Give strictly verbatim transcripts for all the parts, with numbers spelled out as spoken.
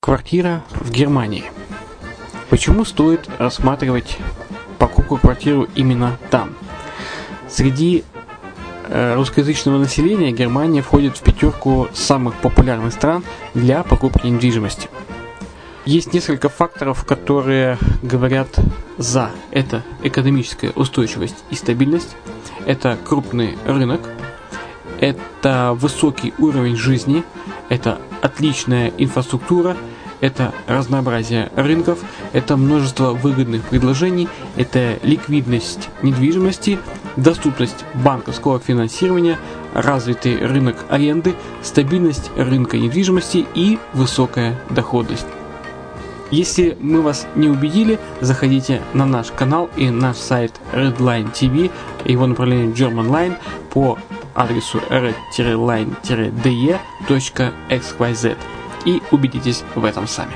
Квартира в Германии. Почему стоит рассматривать покупку квартиры именно там? Среди э, русскоязычного населения Германия входит в пятерку самых популярных стран для покупки недвижимости. Есть несколько факторов, которые говорят за. Это экономическая устойчивость и стабильность, это крупный рынок, это высокий уровень жизни, это отличная инфраструктура, это разнообразие рынков, это множество выгодных предложений, это ликвидность недвижимости, доступность банковского финансирования, развитый рынок аренды, стабильность рынка недвижимости и высокая доходность. Если мы вас не убедили, заходите на наш канал и наш сайт Redline ти ви, его направление Germanline по адресу red line d e точка x y z и убедитесь в этом сами.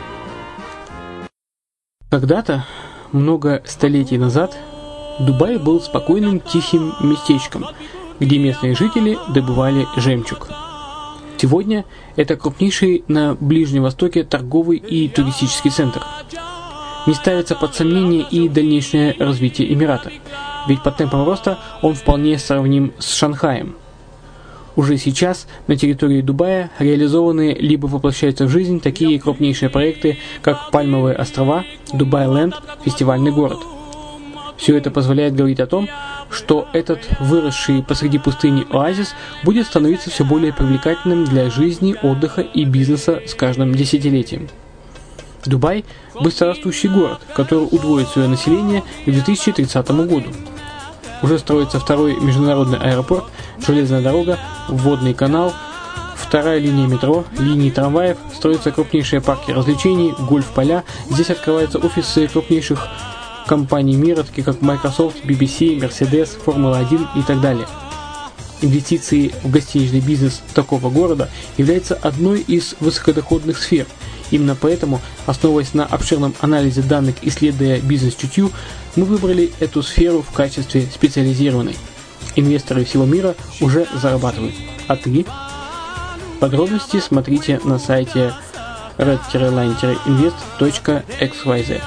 Когда-то, много столетий назад, Дубай был спокойным тихим местечком, где местные жители добывали жемчуг. Сегодня это крупнейший на Ближнем Востоке торговый и туристический центр. Не ставится под сомнение и дальнейшее развитие Эмирата, ведь по темпам роста он вполне сравним с Шанхаем. Уже сейчас на территории Дубая реализованы либо воплощаются в жизнь такие крупнейшие проекты, как Пальмовые острова, Дубай-Ленд, фестивальный город. Все это позволяет говорить о том, что этот выросший посреди пустыни оазис будет становиться все более привлекательным для жизни, отдыха и бизнеса с каждым десятилетием. Дубай – быстрорастущий город, который удвоит свое население к две тысячи тридцатому году. Уже строится второй международный аэропорт, железная дорога, водный канал, вторая линия метро, линии трамваев, строятся крупнейшие парки развлечений, гольф-поля. Здесь открываются офисы крупнейших компаний мира, таких как Microsoft, би би си, Mercedes, Формула один и так далее. Инвестиции в гостиничный бизнес такого города являются одной из высокодоходных сфер. Именно поэтому, основываясь на обширном анализе данных, исследуя бизнес-чутью, мы выбрали эту сферу в качестве специализированной. Инвесторы всего мира уже зарабатывают. А ты? Подробности смотрите на сайте red line invest точка x y z.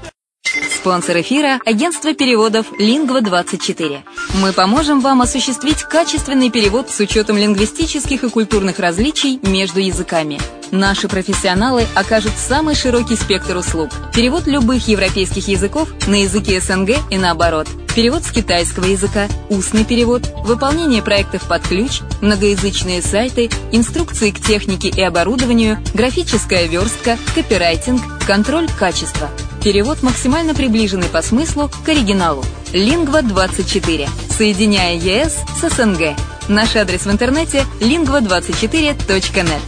Спонсор эфира – агентство переводов лингва двадцать четыре. Мы поможем вам осуществить качественный перевод с учетом лингвистических и культурных различий между языками. Наши профессионалы окажут самый широкий спектр услуг. Перевод любых европейских языков на языки эс эн гэ и наоборот. Перевод с китайского языка, устный перевод, выполнение проектов под ключ, многоязычные сайты, инструкции к технике и оборудованию, графическая верстка, копирайтинг, контроль качества. Перевод максимально приближенный по смыслу к оригиналу. лингва двадцать четыре. Соединяя е эс с эс эн гэ. Наш адрес в интернете лингва двадцать четыре точка нет.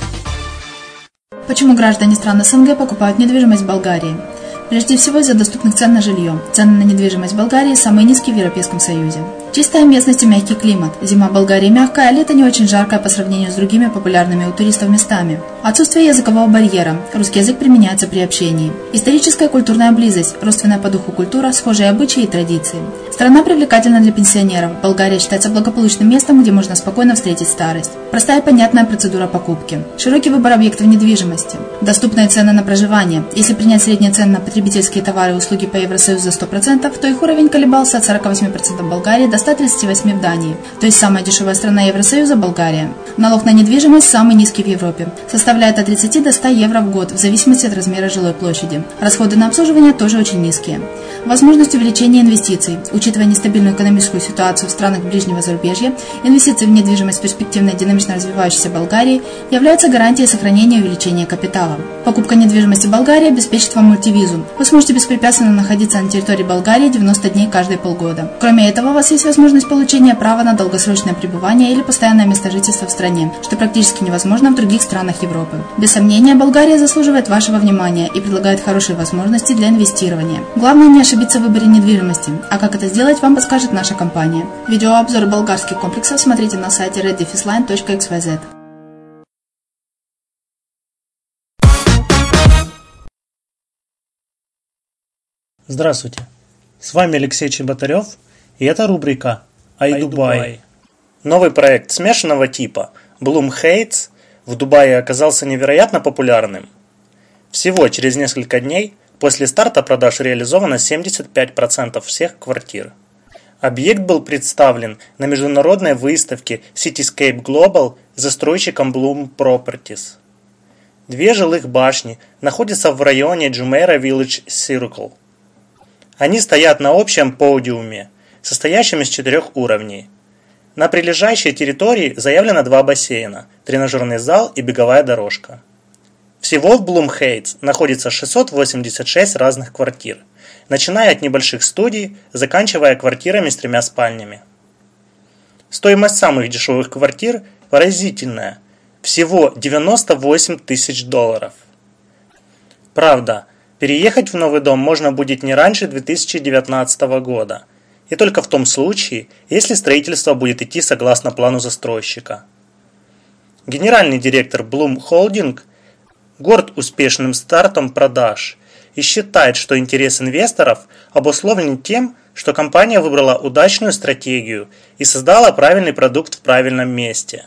Почему граждане стран эс эн гэ покупают недвижимость в Болгарии? Прежде всего из-за доступных цен на жилье. Цены на недвижимость в Болгарии самые низкие в Европейском Союзе. Чистая местность и мягкий климат. Зима в Болгарии мягкая, а лето не очень жаркое по сравнению с другими популярными у туристов местами. Отсутствие языкового барьера. Русский язык применяется при общении. Историческая и культурная близость. Родственная по духу культура, схожие обычаи и традиции. Страна привлекательна для пенсионеров. Болгария считается благополучным местом, где можно спокойно встретить старость. Простая и понятная процедура покупки. Широкий выбор объектов недвижимости. Доступные цены на проживание. Если принять средние цены на потребительские товары и услуги по Евросоюзу за сто процентов, то их уровень колебался от сорок восемь процентов в Болгарии до ста тридцати восьми процентов в Дании. То есть самая дешевая страна Евросоюза – Болгария. Налог на недвижимость самый низкий в Европе. Составляет от тридцати до ста евро в год, в зависимости от размера жилой площади. Расходы на обслуживание тоже очень низкие. Возможность увеличения инвестиций. Учитывая нестабильную экономическую ситуацию в странах ближнего зарубежья, инвестиции в недвижимость в перспективной динамично развивающейся Болгарии являются гарантией сохранения и увеличения капитала. Покупка недвижимости в Болгарии обеспечит вам мультивизу. Вы сможете беспрепятственно находиться на территории Болгарии девяносто дней каждые полгода. Кроме этого, у вас есть возможность получения права на долгосрочное пребывание или постоянное место жительства в стране, что практически невозможно в других странах Европы. Без сомнения, Болгария заслуживает вашего внимания и предлагает хорошие возможности для инвестирования. Главное не ошибиться в выборе недвижимости, а как это сделать, вам подскажет наша компания. Видеообзор болгарских комплексов смотрите на сайте red line точка x y z. Здравствуйте, с вами Алексей Чеботарев, и это рубрика «Ай Дубай». Новый проект смешанного типа Bloom Heights в Дубае оказался невероятно популярным. Всего через несколько дней после старта продаж реализовано семьдесят пять процентов всех квартир. Объект был представлен на международной выставке Cityscape Global застройщиком Bloom Properties. Две жилых башни находятся в районе Jumeirah Village Circle. Они стоят на общем подиуме, состоящем из четырех уровней. На прилежащей территории заявлено два бассейна, тренажерный зал и беговая дорожка. Всего в Bloom Heights находится шестьсот восемьдесят шесть разных квартир, начиная от небольших студий, заканчивая квартирами с тремя спальнями. Стоимость самых дешевых квартир поразительная – всего девяносто восемь тысяч долларов. Правда, переехать в новый дом можно будет не раньше две тысячи девятнадцатого года, и только в том случае, если строительство будет идти согласно плану застройщика. Генеральный директор Bloom Holding горд успешным стартом продаж и считает, что интерес инвесторов обусловлен тем, что компания выбрала удачную стратегию и создала правильный продукт в правильном месте.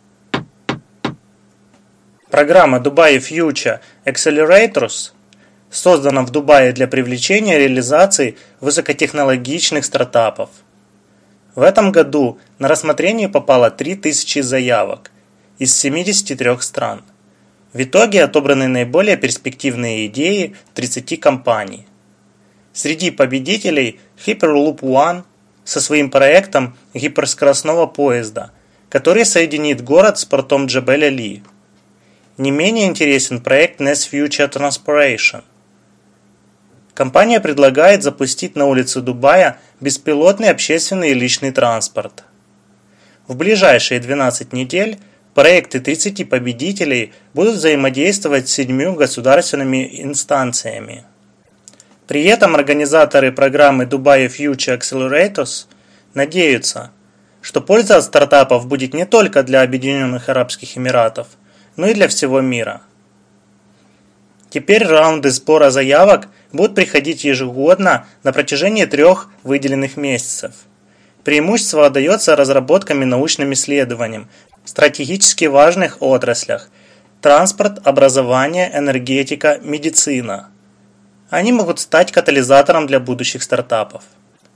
Программа Dubai Future Accelerators создана в Дубае для привлечения реализации высокотехнологичных стартапов. В этом году на рассмотрение попало три тысячи заявок из семидесяти трёх стран. В итоге отобраны наиболее перспективные идеи тридцати компаний. Среди победителей Hyperloop One со своим проектом гиперскоростного поезда, который соединит город с портом Джебель-Али. Не менее интересен проект Nest Future Transportation. Компания предлагает запустить на улице Дубая беспилотный общественный и личный транспорт. В ближайшие двенадцать недель проекты тридцати победителей будут взаимодействовать с седьмью государственными инстанциями. При этом организаторы программы Dubai Future Accelerators надеются, что польза от стартапов будет не только для Объединенных Арабских Эмиратов, но и для всего мира. Теперь раунды сбора заявок будут приходить ежегодно на протяжении трех выделенных месяцев. Преимущество отдается разработкам и научным исследованиям в стратегически важных отраслях – транспорт, образование, энергетика, медицина. Они могут стать катализатором для будущих стартапов.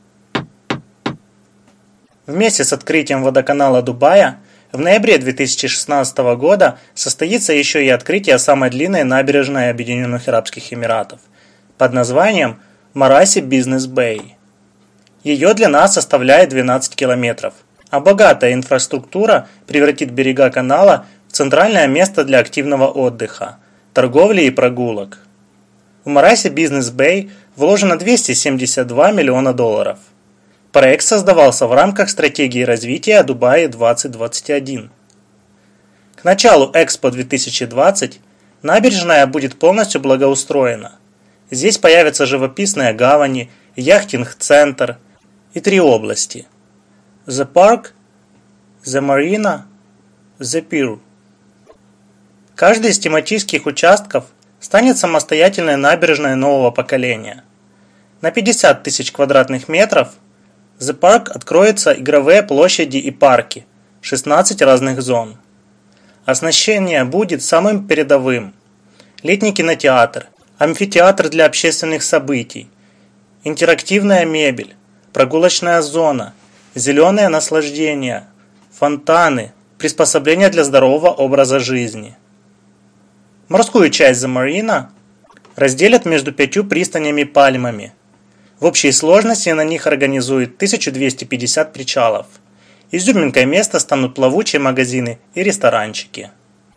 Вместе с открытием водоканала Дубая в ноябре две тысячи шестнадцатого года состоится еще и открытие самой длинной набережной Объединенных Арабских Эмиратов под названием Marashi Business Bay. Ее длина составляет двенадцать километров, а богатая инфраструктура превратит берега канала в центральное место для активного отдыха, торговли и прогулок. В Marashi Business Bay вложено двести семьдесят два миллиона долларов. Проект создавался в рамках стратегии развития Дубая двадцать двадцать один. К началу Экспо две тысячи двадцать набережная будет полностью благоустроена. Здесь появятся живописные гавани, яхтинг-центр и три области – The Park, The Marina, The Pier. Каждый из тематических участков станет самостоятельной набережной нового поколения. На пятьдесят тысяч квадратных метров The Park откроются игровые площади и парки, шестнадцать разных зон. Оснащение будет самым передовым. Летний кинотеатр, амфитеатр для общественных событий, интерактивная мебель, прогулочная зона, зеленое наслаждение, фонтаны, приспособления для здорового образа жизни. Морскую часть The Marina разделят между пятью пристанями-пальмами. В общей сложности на них организуют тысячу двести пятьдесят причалов. Изюминкой места станут плавучие магазины и ресторанчики.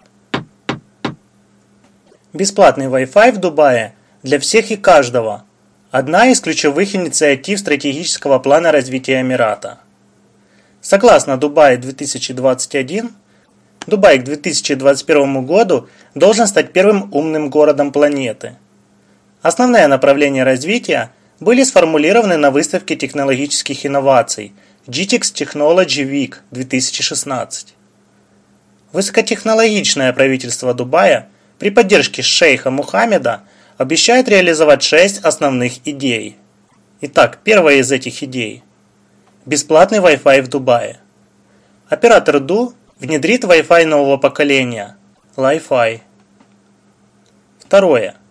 Бесплатный Wi-Fi в Дубае для всех и каждого – одна из ключевых инициатив стратегического плана развития Эмирата. Согласно Дубай две тысячи двадцать один, Дубай к две тысячи двадцать первому году должен стать первым умным городом планеты. Основные направления развития были сформулированы на выставке технологических инноваций джи ти икс Technology Week две тысячи шестнадцать. Высокотехнологичное правительство Дубая при поддержке шейха Мухаммеда обещает реализовать шесть основных идей. Итак, первая из этих идей – бесплатный Wi-Fi в Дубае. Оператор ду внедрит Wi-Fi нового поколения – Li-Fi. Второе –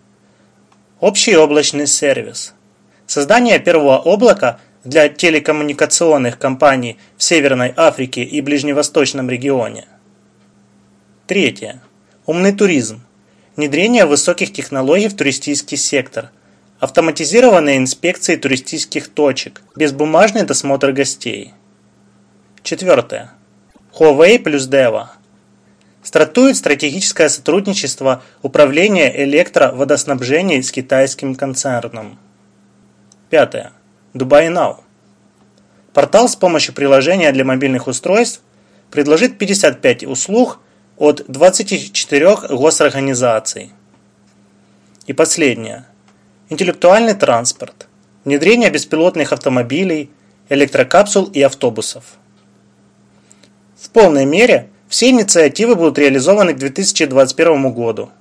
Общий облачный сервис. Создание первого облака для телекоммуникационных компаний в Северной Африке и Ближневосточном регионе. Третье. Умный туризм. Внедрение высоких технологий в туристический сектор. Автоматизированные инспекции туристических точек. Безбумажный досмотр гостей. Четвертое. Huawei плюс Deva. Стартует стратегическое сотрудничество управления электроводоснабжения с китайским концерном. Пятое. Dubai Now. Портал с помощью приложения для мобильных устройств предложит пятьдесят пять услуг от двадцати четырёх госорганизаций. И последнее. Интеллектуальный транспорт. Внедрение беспилотных автомобилей, электрокапсул и автобусов. В полной мере все инициативы будут реализованы к две тысячи двадцать первому году.